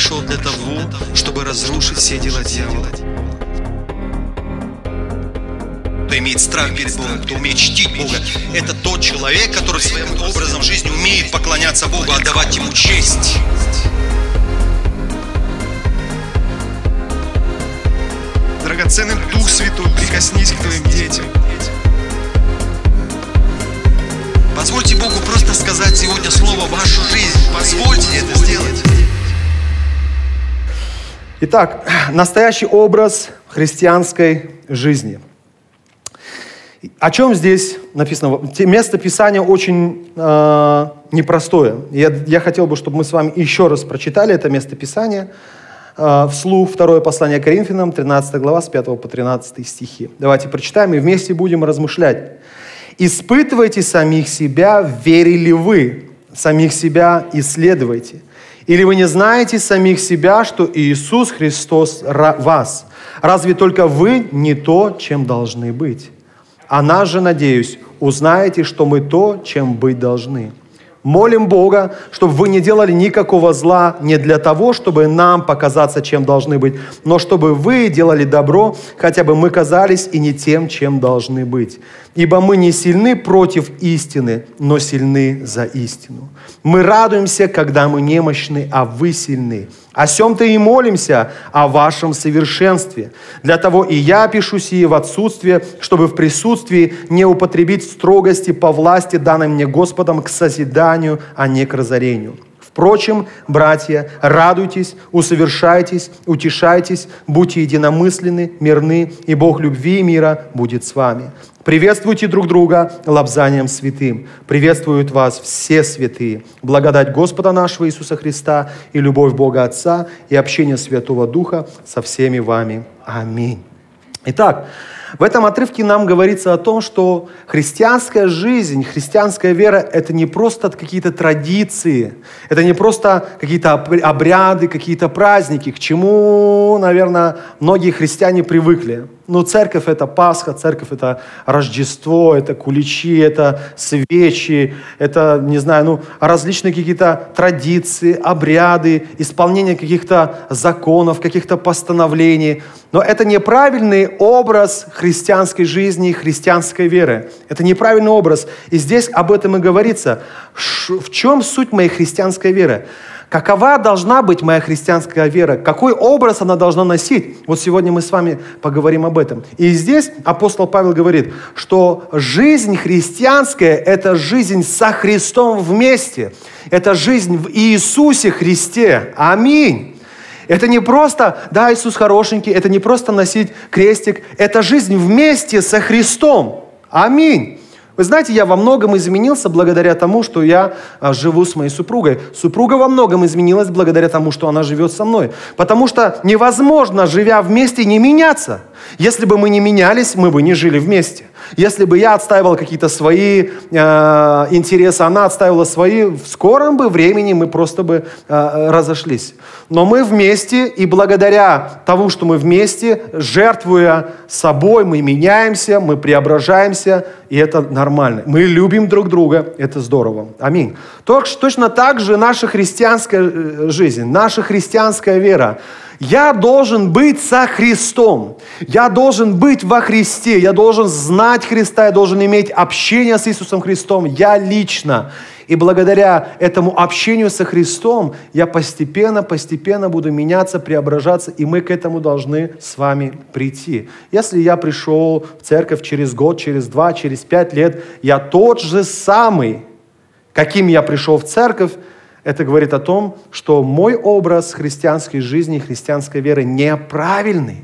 пришел для того, чтобы разрушить все дела дьявола. Кто имеет страх перед Богом, кто умеет чтить Бога, это тот человек, который своим образом жизни умеет поклоняться Богу, отдавать Ему честь. Драгоценный Дух Святой, прикоснись к твоим детям. Позвольте Богу просто сказать сегодня слово в вашу жизнь. Позвольте это сделать. Итак, настоящий образ христианской жизни. О чем здесь написано? Место Писания очень непростое. Я хотел бы, чтобы мы с вами еще раз прочитали это место Писания вслух. Второе послание Коринфянам, 13 глава, с 5 по 13 стихи. Давайте прочитаем и вместе будем размышлять. «Испытывайте самих себя, верили ли вы, самих себя исследуйте. Или вы не знаете самих себя, что Иисус Христос вас? Разве только вы не то, чем должны быть? А нас же, надеюсь, узнаете, что мы то, чем быть должны. Молим Бога, чтобы вы не делали никакого зла не для того, чтобы нам показаться, чем должны быть, но чтобы вы делали добро, хотя бы мы казались и не тем, чем должны быть. Ибо мы не сильны против истины, но сильны за истину. Мы радуемся, когда мы немощны, а вы сильны. О сем-то и молимся, о вашем совершенстве. Для того и я пишу сие в отсутствие, чтобы в присутствии не употребить строгости по власти, данной мне Господом, к созиданию, а не к разорению. Впрочем, братья, радуйтесь, усовершайтесь, утешайтесь, будьте единомысленны, мирны, и Бог любви и мира будет с вами. Приветствуйте друг друга лобзанием святым. Приветствуют вас все святые. Благодать Господа нашего Иисуса Христа и любовь Бога Отца и общение Святого Духа со всеми вами. Аминь». Итак, в этом отрывке нам говорится о том, что христианская жизнь, христианская вера – это не просто какие-то традиции, это не просто какие-то обряды, какие-то праздники, к чему, наверное, многие христиане привыкли. Ну, церковь – это Пасха, церковь – это Рождество, это куличи, это свечи, это, не знаю, различные какие-то традиции, обряды, исполнение каких-то законов, каких-то постановлений. Но это неправильный образ христианской жизни, христианской веры. Это неправильный образ. И здесь об этом и говорится. В чем суть моей христианской веры? Какова должна быть моя христианская вера? Какой образ она должна носить? Вот сегодня мы с вами поговорим об этом. И здесь апостол Павел говорит, что жизнь христианская – это жизнь со Христом вместе. Это жизнь в Иисусе Христе. Аминь. Это не просто, да, Иисус хорошенький, это не просто носить крестик. Это жизнь вместе со Христом. Аминь. Вы знаете, я во многом изменился благодаря тому, что я живу с моей супругой. Супруга во многом изменилась благодаря тому, что она живет со мной. Потому что невозможно, живя вместе, не меняться. Если бы мы не менялись, мы бы не жили вместе. Если бы я отстаивал какие-то свои интересы, она отстаивала свои, в скором бы времени мы просто бы разошлись. Но мы вместе, и благодаря тому, что мы вместе, жертвуя собой, мы меняемся, мы преображаемся, и это нормально. Мы любим друг друга, это здорово. Аминь. Точно так же наша христианская жизнь, наша христианская вера. Я должен быть со Христом. Я должен быть во Христе. Я должен знать Христа. Я должен иметь общение с Иисусом Христом. Я лично. И благодаря этому общению со Христом я постепенно буду меняться, преображаться. И мы к этому должны с вами прийти. Если я пришел в церковь через год, через 2, через 5 лет, я тот же самый, каким я пришел в церковь, это говорит о том, что мой образ христианской жизни, христианской веры неправильный.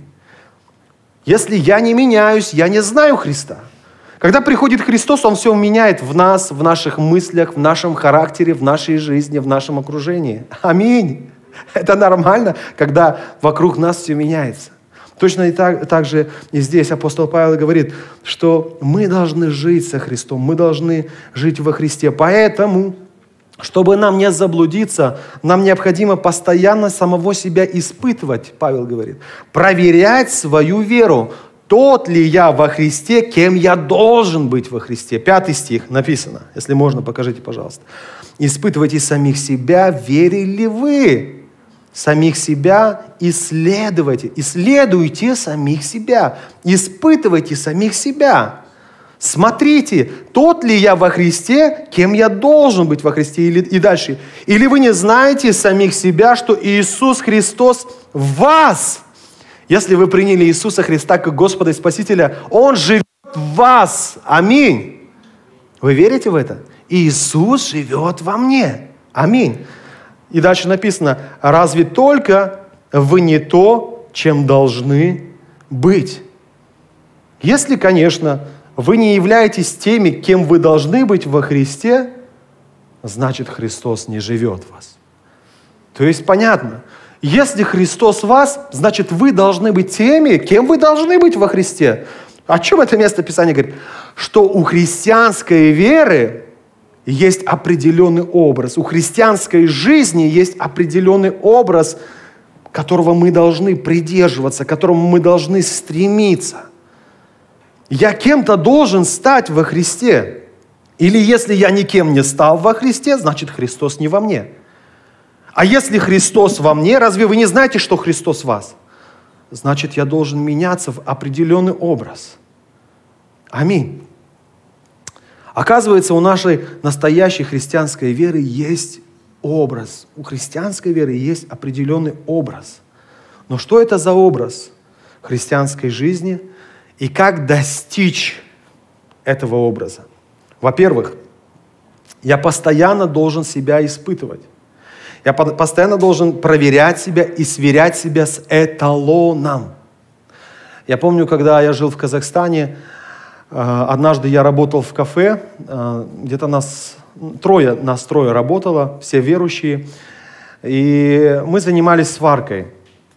Если я не меняюсь, я не знаю Христа. Когда приходит Христос, Он все меняет в нас, в наших мыслях, в нашем характере, в нашей жизни, в нашем окружении. Аминь. Это нормально, когда вокруг нас все меняется. Точно так же и здесь апостол Павел говорит, что мы должны жить со Христом, мы должны жить во Христе. Поэтому, чтобы нам не заблудиться, нам необходимо постоянно самого себя испытывать, Павел говорит, проверять свою веру. Тот ли я во Христе, кем я должен быть во Христе? 5 стих написано, если можно, покажите, пожалуйста. Испытывайте самих себя, верили ли вы. самих себя исследуйте. Исследуйте самих себя. Испытывайте самих себя. Смотрите, тот ли я во Христе, кем я должен быть во Христе, и дальше. Или вы не знаете самих себя, что Иисус Христос в вас. Если вы приняли Иисуса Христа как Господа и Спасителя, Он живет в вас. Аминь. Вы верите в это? Иисус живет во мне. Аминь. И дальше написано, разве только вы не то, чем должны быть? Если, конечно, вы не являетесь теми, кем вы должны быть во Христе, значит, Христос не живет в вас. То есть понятно, если Христос в вас, значит, вы должны быть теми, кем вы должны быть во Христе. О чем это место Писания говорит? Что у христианской веры есть определенный образ. У христианской жизни есть определенный образ, которого мы должны придерживаться, к которому мы должны стремиться. Я кем-то должен стать во Христе. Или если я никем не стал во Христе, значит, Христос не во мне. А если Христос во мне, разве вы не знаете, что Христос в вас? Значит, я должен меняться в определенный образ. Аминь. Оказывается, у нашей настоящей христианской веры есть образ. У христианской веры есть определенный образ. Но что это за образ христианской жизни и как достичь этого образа? Во-первых, я постоянно должен себя испытывать. Я постоянно должен проверять себя и сверять себя с эталоном. Я помню, когда я жил в Казахстане, однажды я работал в кафе, где-то нас трое работало, все верующие, и мы занимались сваркой.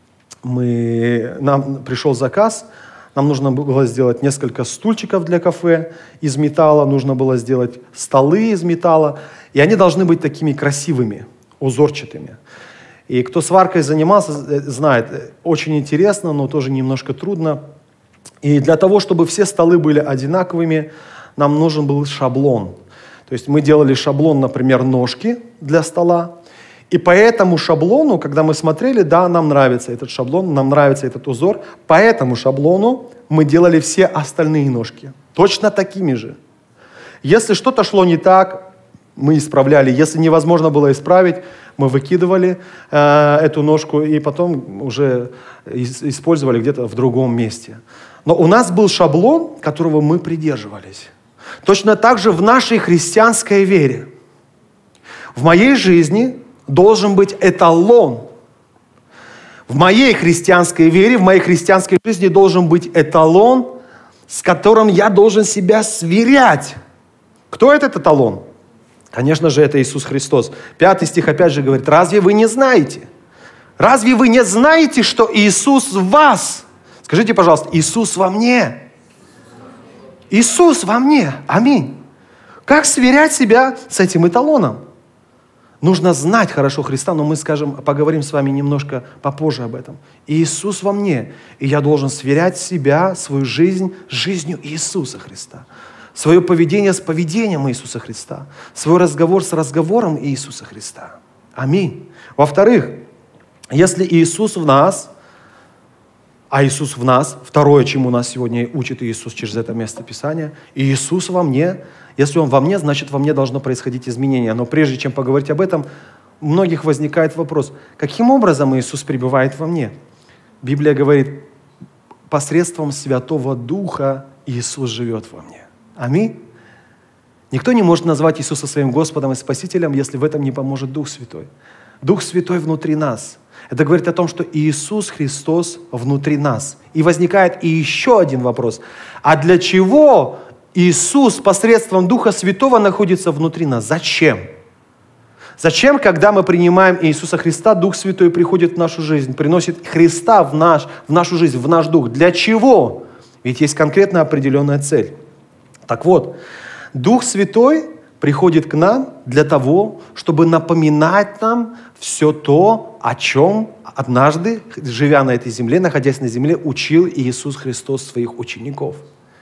Нам пришел заказ, нам нужно было сделать несколько стульчиков для кафе из металла, нужно было сделать столы из металла, и они должны быть такими красивыми, узорчатыми. И кто сваркой занимался, знает, очень интересно, но тоже немножко трудно. И для того, чтобы все столы были одинаковыми, нам нужен был шаблон. То есть мы делали шаблон, например, ножки для стола. И по этому шаблону, когда мы смотрели, да, нам нравится этот шаблон, нам нравится этот узор, по этому шаблону мы делали все остальные ножки. Точно такими же. Если что-то шло не так, мы исправляли. Если невозможно было исправить, мы выкидывали эту ножку и потом уже использовали где-то в другом месте. Но у нас был шаблон, которого мы придерживались. Точно так же в нашей христианской вере. В моей жизни должен быть эталон. В моей христианской вере, в моей христианской жизни должен быть эталон, с которым я должен себя сверять. Кто этот эталон? Конечно же, это Иисус Христос. 5 стих опять же говорит, разве вы не знаете? Разве вы не знаете, что Иисус в вас? Скажите, пожалуйста, Иисус во мне. Иисус во мне. Аминь. Как сверять себя с этим эталоном? Нужно знать хорошо Христа, но мы поговорим с вами немножко попозже об этом. Иисус во мне. И я должен сверять себя, свою жизнь с жизнью Иисуса Христа. Свое поведение с поведением Иисуса Христа. Свой разговор с разговором Иисуса Христа. Аминь. Во-вторых, если Иисус в нас, а Иисус в нас, второе, чему нас сегодня учит Иисус через это место Писания, Иисус во мне, если Он во мне, значит, во мне должно происходить изменение. Но прежде чем поговорить об этом, у многих возникает вопрос, каким образом Иисус пребывает во мне? Библия говорит, посредством Святого Духа Иисус живет во мне. Аминь. Никто не может назвать Иисуса своим Господом и Спасителем, если в этом не поможет Дух Святой. Дух Святой внутри нас. Это говорит о том, что Иисус Христос внутри нас. И возникает и еще один вопрос. А для чего Иисус посредством Духа Святого находится внутри нас? Зачем? Зачем, когда мы принимаем Иисуса Христа, Дух Святой приходит в нашу жизнь, приносит Христа в нашу жизнь, в наш дух? Для чего? Ведь есть конкретно определенная цель. Так вот, Дух Святой приходит к нам для того, чтобы напоминать нам все то, о чем однажды, живя на этой земле, находясь на земле, учил Иисус Христос своих учеников.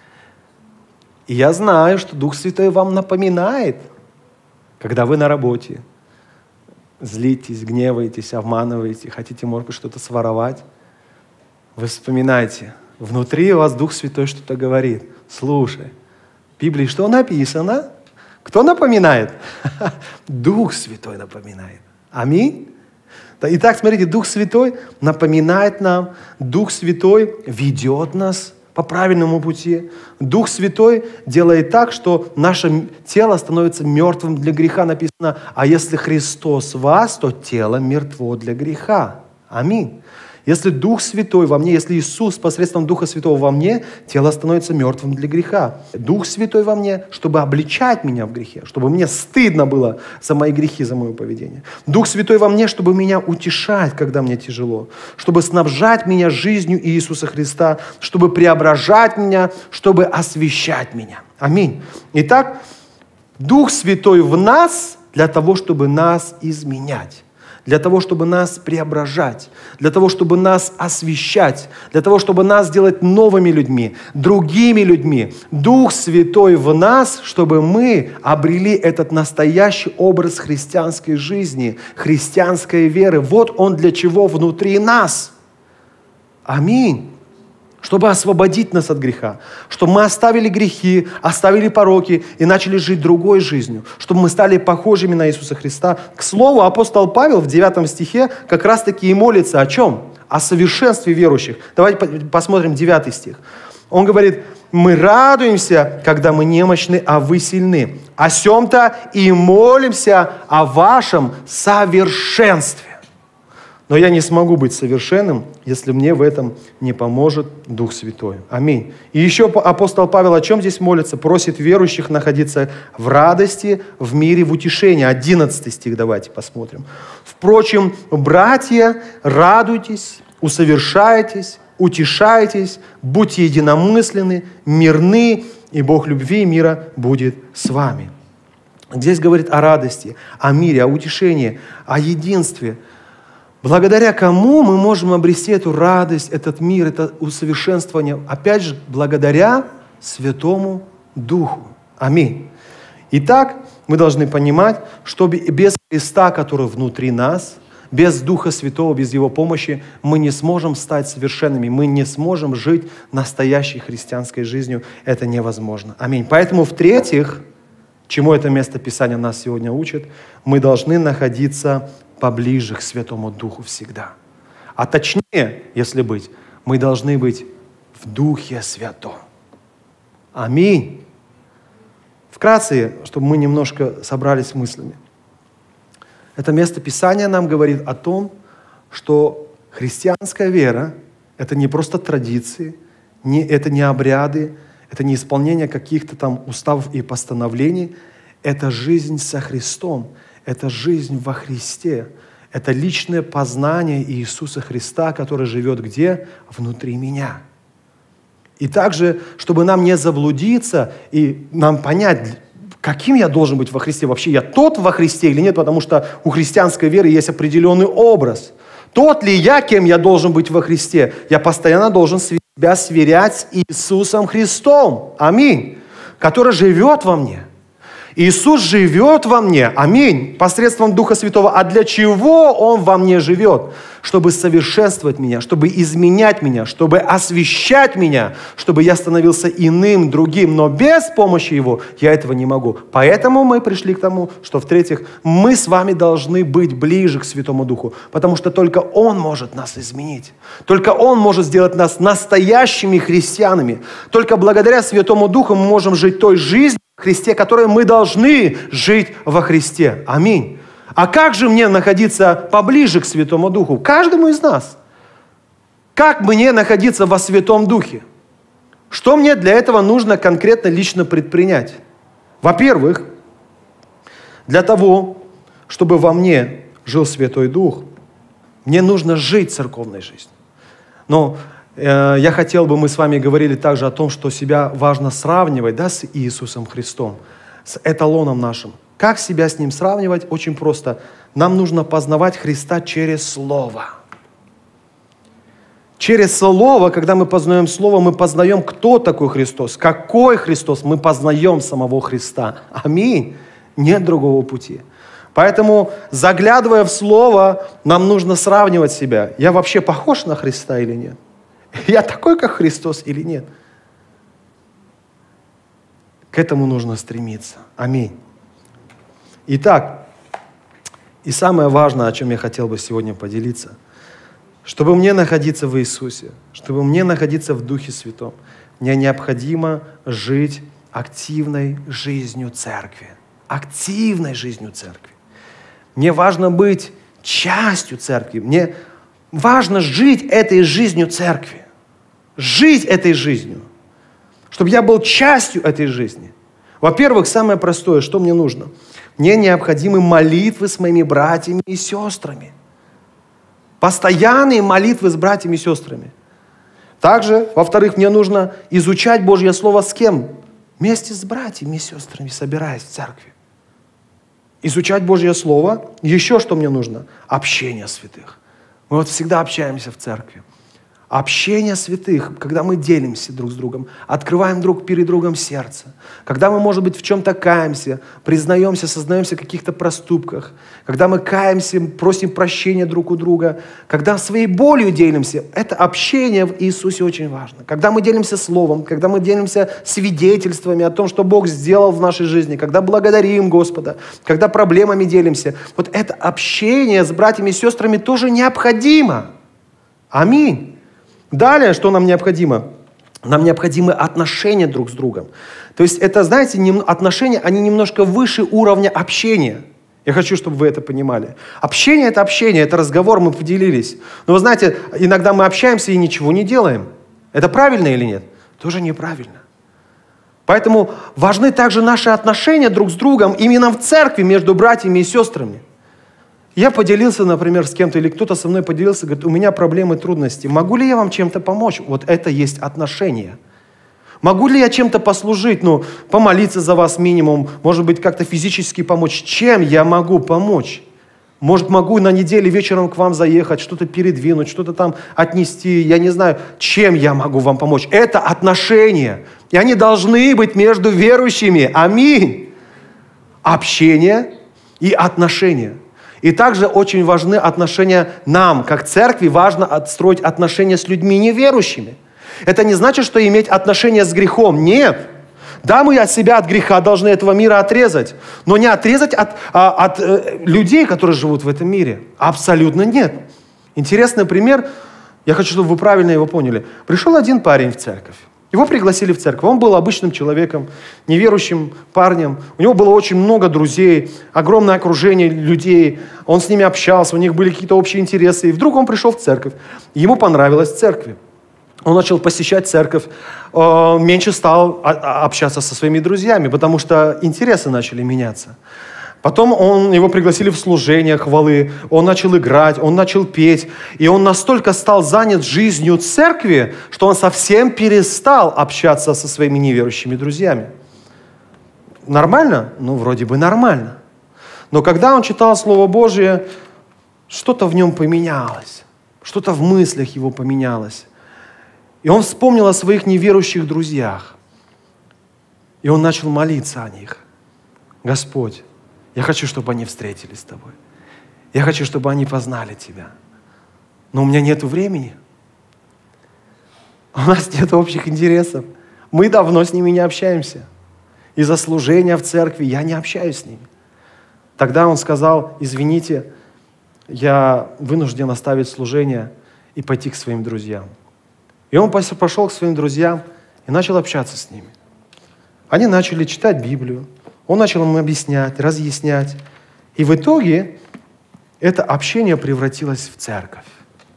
И я знаю, что Дух Святой вам напоминает, когда вы на работе, злитесь, гневаетесь, обманываете, хотите, может быть, что-то своровать, вы вспоминайте, внутри у вас Дух Святой что-то говорит. Слушай, в Библии что написано? Кто напоминает? Дух Святой напоминает. Аминь. Итак, смотрите, Дух Святой напоминает нам, Дух Святой ведет нас по правильному пути. Дух Святой делает так, что наше тело становится мертвым для греха. Написано, а если Христос в вас, то тело мертво для греха. Аминь. Если Дух Святой во мне, если Иисус посредством Духа Святого во мне, тело становится мертвым для греха. Дух Святой во мне, чтобы обличать меня в грехе, чтобы мне стыдно было за мои грехи, за мое поведение. Дух Святой во мне, чтобы меня утешать, когда мне тяжело, чтобы снабжать меня жизнью Иисуса Христа, чтобы преображать меня, чтобы освящать меня. Аминь. Итак, Дух Святой в нас для того, чтобы нас изменять. Для того, чтобы нас преображать, для того, чтобы нас освящать, для того, чтобы нас сделать новыми людьми, другими людьми. Дух Святой в нас, чтобы мы обрели этот настоящий образ христианской жизни, христианской веры. Вот он для чего внутри нас. Аминь. Чтобы освободить нас от греха, чтобы мы оставили грехи, оставили пороки и начали жить другой жизнью, чтобы мы стали похожими на Иисуса Христа. К слову, апостол Павел в 9 стихе как раз-таки и молится о чем? О совершенстве верующих. Давайте посмотрим 9 стих. Он говорит, мы радуемся, когда мы немощны, а вы сильны. О сем-то и молимся о вашем совершенстве. Но я не смогу быть совершенным, если мне в этом не поможет Дух Святой. Аминь. И еще апостол Павел о чем здесь молится? Просит верующих находиться в радости, в мире, в утешении. 11 стих давайте посмотрим. Впрочем, братья, радуйтесь, усовершайтесь, утешайтесь, будьте единомысленны, мирны, и Бог любви и мира будет с вами. Здесь говорит о радости, о мире, о утешении, о единстве. Благодаря кому мы можем обрести эту радость, этот мир, это усовершенствование? Опять же, благодаря Святому Духу. Аминь. Итак, мы должны понимать, что без Христа, который внутри нас, без Духа Святого, без Его помощи, мы не сможем стать совершенными, мы не сможем жить настоящей христианской жизнью. Это невозможно. Аминь. Поэтому, в-третьих, чему это место Писания нас сегодня учит, мы должны находиться поближе к Святому Духу всегда. А точнее, если быть, мы должны быть в Духе Святом. Аминь. Вкратце, чтобы мы немножко собрались с мыслями. Это место Писания нам говорит о том, что христианская вера – это не просто традиции, это не обряды, это не исполнение каких-то там уставов и постановлений, это жизнь со Христом. Это жизнь во Христе. Это личное познание Иисуса Христа, который живет где? Внутри меня. И также, чтобы нам не заблудиться и нам понять, каким я должен быть во Христе. Вообще я тот во Христе или нет, потому что у христианской веры есть определенный образ. Тот ли я, кем я должен быть во Христе? Я постоянно должен себя сверять с Иисусом Христом. Аминь. Который живет во мне. Иисус живет во мне, аминь, посредством Духа Святого. А для чего Он во мне живет? Чтобы совершенствовать меня, чтобы изменять меня, чтобы освящать меня, чтобы я становился иным, другим. Но без помощи Его я этого не могу. Поэтому мы пришли к тому, что, в-третьих, мы с вами должны быть ближе к Святому Духу, потому что только Он может нас изменить. Только Он может сделать нас настоящими христианами. Только благодаря Святому Духу мы можем жить той жизнью в Христе, которой мы должны жить во Христе. Аминь. А как же мне находиться поближе к Святому Духу? Каждому из нас. Как мне находиться во Святом Духе? Что мне для этого нужно конкретно лично предпринять? Во-первых, для того, чтобы во мне жил Святой Дух, мне нужно жить церковной жизнью. Но я хотел бы, мы с вами говорили также о том, что себя важно сравнивать, да, с Иисусом Христом, с эталоном нашим. Как себя с Ним сравнивать? Очень просто. Нам нужно познавать Христа через Слово. Через Слово, когда мы познаем Слово, мы познаем, кто такой Христос, какой Христос, мы познаем самого Христа. Аминь. Нет другого пути. Поэтому, заглядывая в Слово, нам нужно сравнивать себя. Я вообще похож на Христа или нет? Я такой, как Христос или нет? К этому нужно стремиться. Аминь. Итак, и самое важное, о чем я хотел бы сегодня поделиться, чтобы мне находиться в Иисусе, чтобы мне находиться в Духе Святом, мне необходимо жить активной жизнью церкви. Активной жизнью церкви. Мне важно быть частью церкви. Мне важно жить этой жизнью церкви. Жить этой жизнью. Чтобы я был частью этой жизни. Во-первых, самое простое, что мне нужно? Мне необходимы молитвы с моими братьями и сестрами. Постоянные молитвы с братьями и сестрами. Также, во-вторых, мне нужно изучать Божье Слово с кем? Вместе с братьями и сестрами, собираясь в церкви. Изучать Божье Слово. Еще что мне нужно? Общение святых. Мы вот всегда общаемся в церкви. Общение святых, когда мы делимся друг с другом, открываем друг перед другом сердце, когда мы, может быть, в чем-то каемся, признаемся, сознаемся в каких-то проступках, когда мы каемся, просим прощения друг у друга, когда своей болью делимся, это общение в Иисусе очень важно. Когда мы делимся Словом, когда мы делимся свидетельствами о том, что Бог сделал в нашей жизни, когда благодарим Господа, когда проблемами делимся, вот это общение с братьями и сестрами тоже необходимо. Аминь. Далее, что нам необходимо? Нам необходимы отношения друг с другом. То есть это, знаете, отношения, они немножко выше уровня общения. Я хочу, чтобы вы это понимали. Общение, это разговор, мы поделились. Но вы знаете, иногда мы общаемся и ничего не делаем. Это правильно или нет? Тоже неправильно. Поэтому важны также наши отношения друг с другом именно в церкви между братьями и сестрами. Я поделился, например, с кем-то, или кто-то со мной поделился, говорит, у меня проблемы, трудности. Могу ли я вам чем-то помочь? Вот это есть отношения. Могу ли я чем-то послужить? Помолиться за вас минимум, может быть, как-то физически помочь. Чем я могу помочь? Может, могу на неделе вечером к вам заехать, что-то передвинуть, что-то там отнести. Я не знаю, чем я могу вам помочь. Это отношения. И они должны быть между верующими. Аминь. Общение и отношения. И также очень важны отношения нам, как церкви, важно отстроить отношения с людьми неверующими. Это не значит, что иметь отношения с грехом. Нет. Да, мы от себя, от греха должны этого мира отрезать. Но не отрезать от людей, которые живут в этом мире. Абсолютно нет. Интересный пример. Я хочу, чтобы вы правильно его поняли. Пришел один парень в церковь. Его пригласили в церковь. Он был обычным человеком, неверующим парнем. У него было очень много друзей, огромное окружение людей. Он с ними общался, у них были какие-то общие интересы. И вдруг он пришел в церковь. Ему понравилось в церкви. Он начал посещать церковь, меньше стал общаться со своими друзьями, потому что интересы начали меняться. Потом его пригласили в служение хвалы, он начал играть, он начал петь, и он настолько стал занят жизнью церкви, что он совсем перестал общаться со своими неверующими друзьями. Нормально? Вроде бы нормально. Но когда он читал Слово Божие, что-то в нем поменялось, что-то в мыслях его поменялось. И он вспомнил о своих неверующих друзьях, и он начал молиться о них. Господь, я хочу, чтобы они встретились с Тобой. Я хочу, чтобы они познали Тебя. Но у меня нет времени. У нас нет общих интересов. Мы давно с ними не общаемся. Из-за служения в церкви я не общаюсь с ними. Тогда он сказал, извините, я вынужден оставить служение и пойти к своим друзьям. И он пошел к своим друзьям и начал общаться с ними. Они начали читать Библию. Он начал им объяснять, разъяснять. И в итоге это общение превратилось в церковь.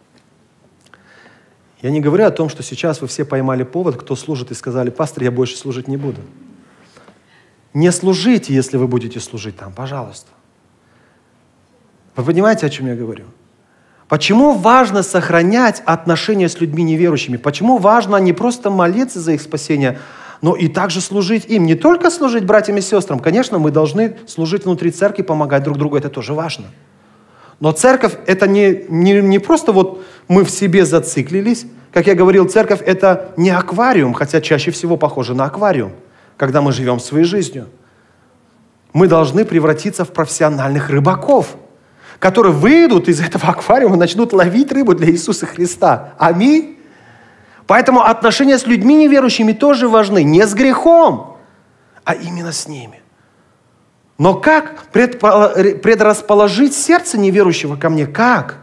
Я не говорю о том, что сейчас вы все поймали повод, кто служит, и сказали, пастор, я больше служить не буду. Не служите, если вы будете служить там, пожалуйста. Вы понимаете, о чем я говорю? Почему важно сохранять отношения с людьми неверующими? Почему важно не просто молиться за их спасение, но и также служить им. Не только служить братьям и сестрам. Конечно, мы должны служить внутри церкви, помогать друг другу. Это тоже важно. Но церковь – это не просто вот мы в себе зациклились. Как я говорил, церковь – это не аквариум, хотя чаще всего похоже на аквариум, когда мы живем своей жизнью. мы должны превратиться в профессиональных рыбаков, которые выйдут из этого аквариума и начнут ловить рыбу для Иисуса Христа. Аминь. Поэтому отношения с людьми неверующими тоже важны. Не с грехом, а именно с ними. Но как предрасположить сердце неверующего ко мне? Как?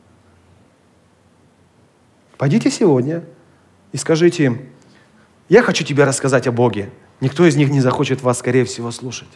Пойдите сегодня и скажите им: я хочу тебе рассказать о Боге. Никто из них не захочет вас, скорее всего, слушать.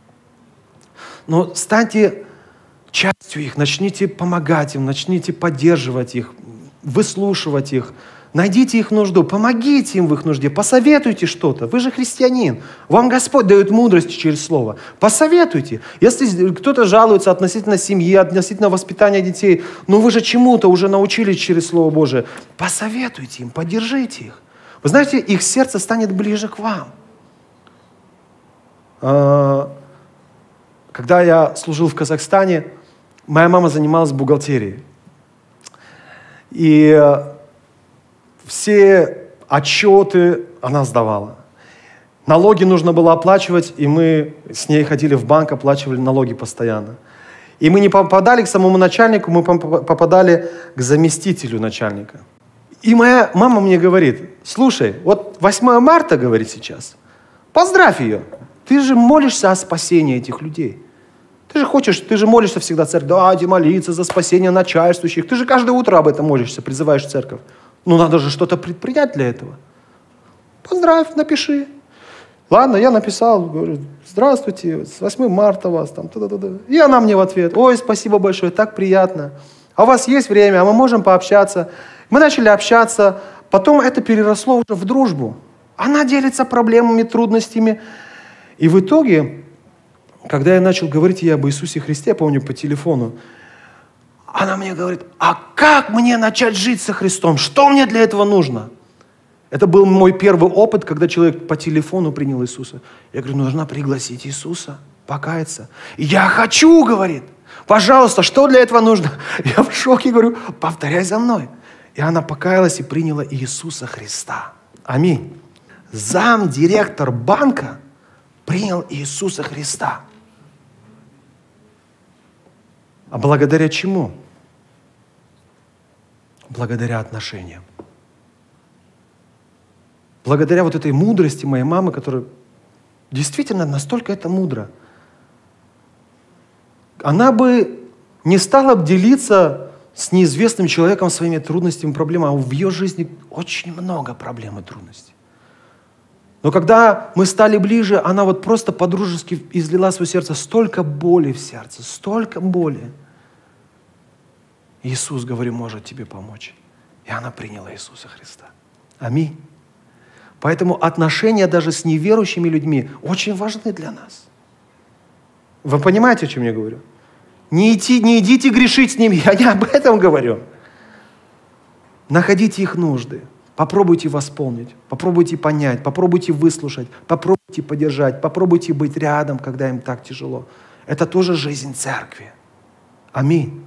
Но станьте частью их, начните помогать им, начните поддерживать их, выслушивать их. Найдите их нужду, помогите им в их нужде, посоветуйте что-то. Вы же христианин. Вам Господь дает мудрость через Слово. Посоветуйте. Если кто-то жалуется относительно семьи, относительно воспитания детей, но вы же чему-то уже научились через Слово Божие, посоветуйте им, поддержите их. Вы знаете, их сердце станет ближе к вам. Когда я служил в Казахстане, моя мама занималась бухгалтерией. И все отчеты она сдавала. Налоги нужно было оплачивать, и мы с ней ходили в банк, оплачивали налоги постоянно. И мы не попадали к самому начальнику, мы попадали к заместителю начальника. И моя мама мне говорит: слушай, вот 8 марта, говорит, сейчас, поздравь ее. Ты же молишься о спасении этих людей. Ты же молишься всегда в церкви. Да, молиться за спасение начальствующих. Ты же каждое утро об этом молишься, призываешь в церковь. Ну, надо же что-то предпринять для этого. Поздравь, напиши. Ладно, я написал, говорю: здравствуйте, с 8 марта вас там. Та-та-та-та. И она мне в ответ: ой, спасибо большое, так приятно. А у вас есть время, а мы можем пообщаться. Мы начали общаться, потом это переросло уже в дружбу. Она делится проблемами, трудностями. И в итоге, когда я начал говорить ей об Иисусе Христе, я помню, по телефону, она мне говорит: а как мне начать жить со Христом? Что мне для этого нужно? Это был мой первый опыт, когда человек по телефону принял Иисуса. Я говорю: нужно пригласить Иисуса, покаяться. Я хочу, говорит. Пожалуйста, что для этого нужно? Я в шоке, говорю: повторяй за мной. И она покаялась и приняла Иисуса Христа. Аминь. Замдиректор банка принял Иисуса Христа. А благодаря чему? Благодаря отношениям. Благодаря вот этой мудрости моей мамы, которая действительно настолько это мудро. Она бы не стала бы делиться с неизвестным человеком своими трудностями, проблемами, а в ее жизни очень много проблем и трудностей. Но когда мы стали ближе, она вот просто по-дружески излила в свое сердце столько боли в сердце, столько боли. Иисус, говорю, может тебе помочь. И она приняла Иисуса Христа. Аминь. Поэтому отношения даже с неверующими людьми очень важны для нас. Вы понимаете, о чем я говорю? Не идите грешить с ними, я не об этом говорю. Находите их нужды. Попробуйте восполнить, попробуйте понять, попробуйте выслушать, попробуйте поддержать, попробуйте быть рядом, когда им так тяжело. Это тоже жизнь церкви. Аминь.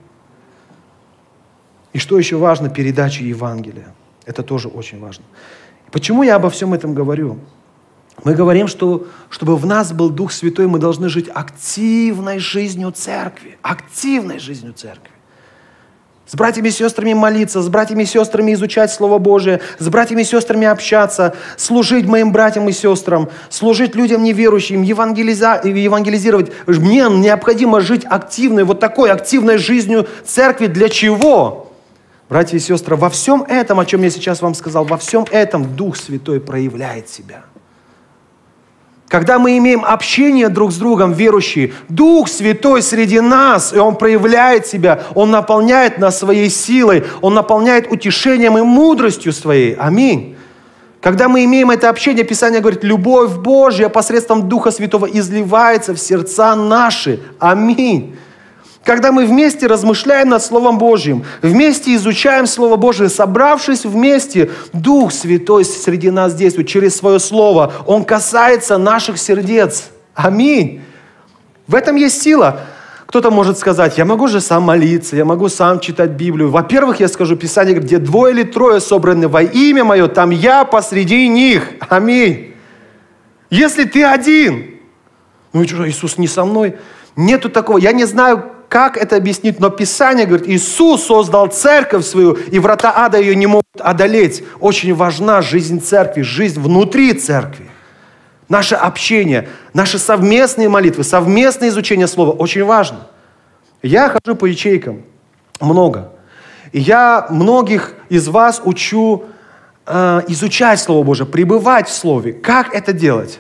И что еще важно, передача Евангелия. Это тоже очень важно. Почему я обо всем этом говорю? Мы говорим, что чтобы в нас был Дух Святой, мы должны жить активной жизнью церкви. Активной жизнью церкви. С братьями и сестрами молиться, с братьями и сестрами изучать Слово Божие, с братьями и сестрами общаться, служить моим братьям и сестрам, служить людям неверующим, евангелизировать. Мне необходимо жить активной, вот такой активной жизнью церкви. Для чего? Братья и сестры, во всем этом, о чем я сейчас вам сказал, во всем этом Дух Святой проявляет себя. Когда мы имеем общение друг с другом, верующие, Дух Святой среди нас, и Он проявляет себя, Он наполняет нас своей силой, Он наполняет утешением и мудростью своей. Аминь. Когда мы имеем это общение, Писание говорит, любовь Божья посредством Духа Святого изливается в сердца наши. Аминь. Когда мы вместе размышляем над Словом Божьим, вместе изучаем Слово Божие, собравшись вместе, Дух Святой среди нас действует через Свое Слово. Он касается наших сердец. Аминь. В этом есть сила. Кто-то может сказать, я могу же сам молиться, я могу сам читать Библию. Во-первых, я скажу, Писание говорит, где 2 или 3 собраны во имя Мое, там я посреди них. Аминь. Если ты один, Ну что, Иисус не со мной? Нету такого. Я не знаю, как это объяснить, но Писание говорит, Иисус создал церковь свою, и врата ада ее не могут одолеть. Очень важна жизнь церкви, жизнь внутри церкви. Наше общение, наши совместные молитвы, совместное изучение Слова очень важно. Я хожу по ячейкам много. И я многих из вас учу изучать Слово Божие, пребывать в Слове. Как это делать?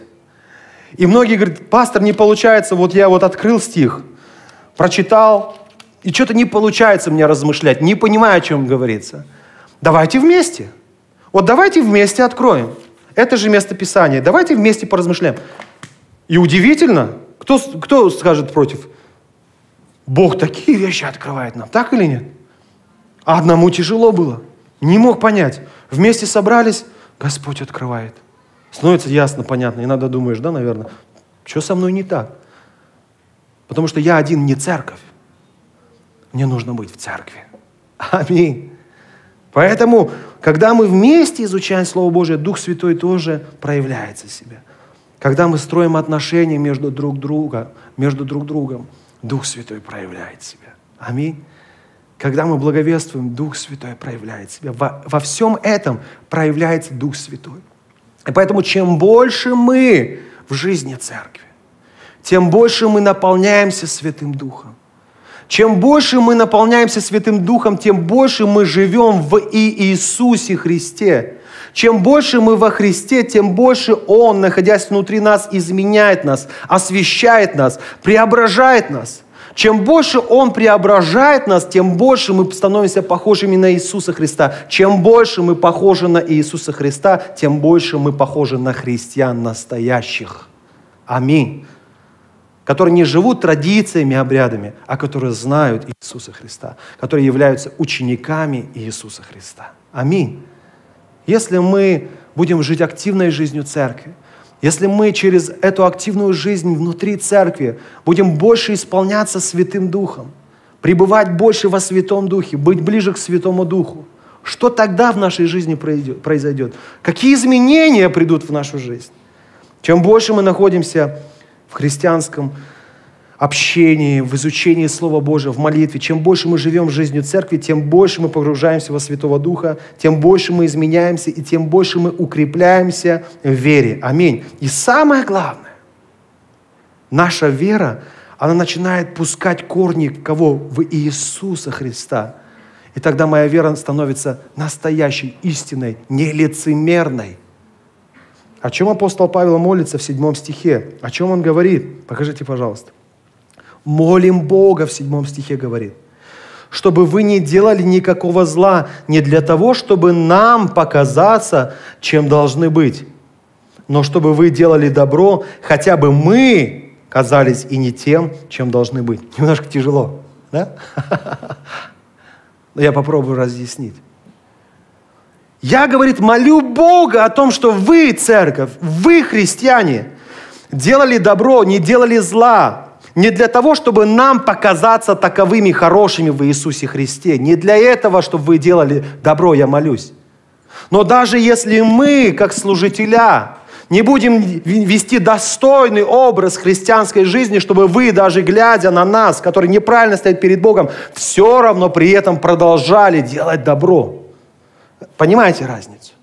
И многие говорят, пастор, не получается, вот я вот открыл стих, прочитал, и что-то не получается мне размышлять, не понимаю, о чем говорится. Давайте вместе. Вот давайте вместе откроем. Это же место Писания. Давайте вместе поразмышляем. И удивительно, кто скажет против? Бог такие вещи открывает нам, так или нет? А одному тяжело было. Не мог понять. Вместе собрались, Господь открывает. Становится ясно, понятно. Иногда думаешь, да, наверное, что со мной не так? Потому что я один не церковь. Мне нужно быть в церкви. Аминь. Поэтому, когда мы вместе изучаем Слово Божие, Дух Святой тоже проявляется в себе. Когда мы строим отношения между друг другом, Дух Святой проявляет себя. Аминь. Когда мы благовествуем, Дух Святой проявляет себя. Во всем этом проявляется Дух Святой. И поэтому, чем больше мы в жизни церкви, тем больше мы наполняемся Святым Духом. Чем больше мы наполняемся Святым Духом, тем больше мы живем в Иисусе Христе. Чем больше мы во Христе, тем больше Он, находясь внутри нас, изменяет нас, освящает нас, преображает нас. Чем больше Он преображает нас, тем больше мы становимся похожими на Иисуса Христа. Чем больше мы похожи на Иисуса Христа, тем больше мы похожи на христиан настоящих. Аминь. Которые не живут традициями, обрядами, а которые знают Иисуса Христа, которые являются учениками Иисуса Христа. Аминь. Если мы будем жить активной жизнью церкви, если мы через эту активную жизнь внутри церкви будем больше исполняться Святым Духом, пребывать больше во Святом Духе, быть ближе к Святому Духу, что тогда в нашей жизни произойдет? Какие изменения придут в нашу жизнь? Чем больше мы находимся в христианском общении, в изучении Слова Божьего, в молитве, чем больше мы живем жизнью церкви, тем больше мы погружаемся во Святого Духа, тем больше мы изменяемся и тем больше мы укрепляемся в вере. Аминь. И самое главное, наша вера, она начинает пускать корни в кого? В Иисуса Христа. И тогда моя вера становится настоящей, истинной, нелицемерной. О чем апостол Павел молится в 7 стихе? О чем он говорит? Покажите, пожалуйста. Молим Бога, в 7 стихе говорит, чтобы вы не делали никакого зла, не для того, чтобы нам показаться, чем должны быть, но чтобы вы делали добро, хотя бы мы казались и не тем, чем должны быть. Немножко тяжело, да? Но я попробую разъяснить. Я, говорит, молю Бога о том, что вы, церковь, вы, христиане, делали добро, не делали зла. Не для того, чтобы нам показаться таковыми хорошими в Иисусе Христе. Не для этого, чтобы вы делали добро, я молюсь. Но даже если мы, как служителя, не будем вести достойный образ христианской жизни, чтобы вы, даже глядя на нас, которые неправильно стоят перед Богом, все равно при этом продолжали делать добро. Понимаете разницу?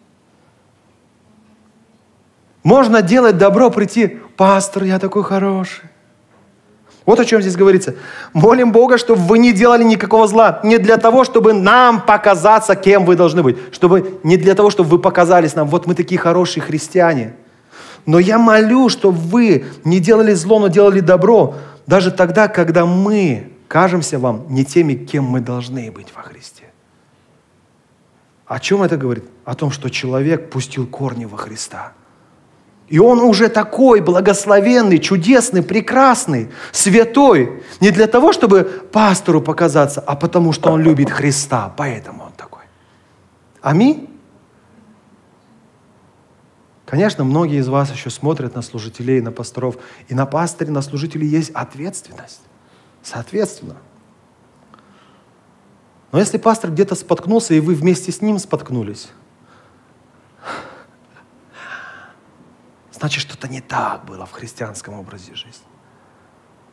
Можно делать добро, прийти, пастор, я такой хороший. Вот о чем здесь говорится. Молим Бога, чтобы вы не делали никакого зла. Не для того, чтобы нам показаться, кем вы должны быть. Не для того, чтобы вы показались нам, вот мы такие хорошие христиане. Но я молю, чтобы вы не делали зло, но делали добро. Даже тогда, когда мы кажемся вам не теми, кем мы должны быть во Христе. О чем это говорит? О том, что человек пустил корни во Христа. И он уже такой благословенный, чудесный, прекрасный, святой. Не для того, чтобы пастору показаться, а потому что он любит Христа. Поэтому он такой. Аминь. Конечно, многие из вас еще смотрят на служителей, на пасторов. И на пасторе, на служителей есть ответственность. Соответственно. Но если пастор где-то споткнулся, и вы вместе с ним споткнулись, значит, что-то не так было в христианском образе жизни.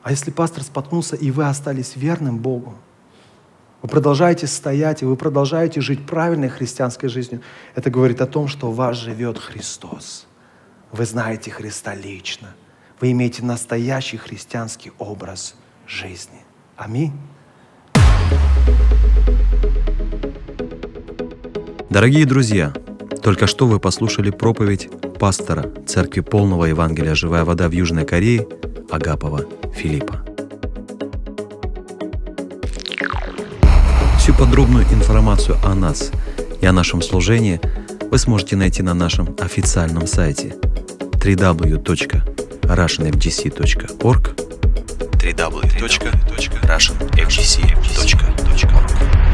А если пастор споткнулся, и вы остались верным Богу, вы продолжаете стоять, и вы продолжаете жить правильной христианской жизнью, это говорит о том, что в вас живет Христос. Вы знаете Христа лично. Вы имеете настоящий христианский образ жизни. Аминь. Дорогие друзья, только что вы послушали проповедь пастора Церкви Полного Евангелия «Живая вода» в Южной Корее Агапова Филиппа. Всю подробную информацию о нас и о нашем служении вы сможете найти на нашем официальном сайте www.russianfgc.org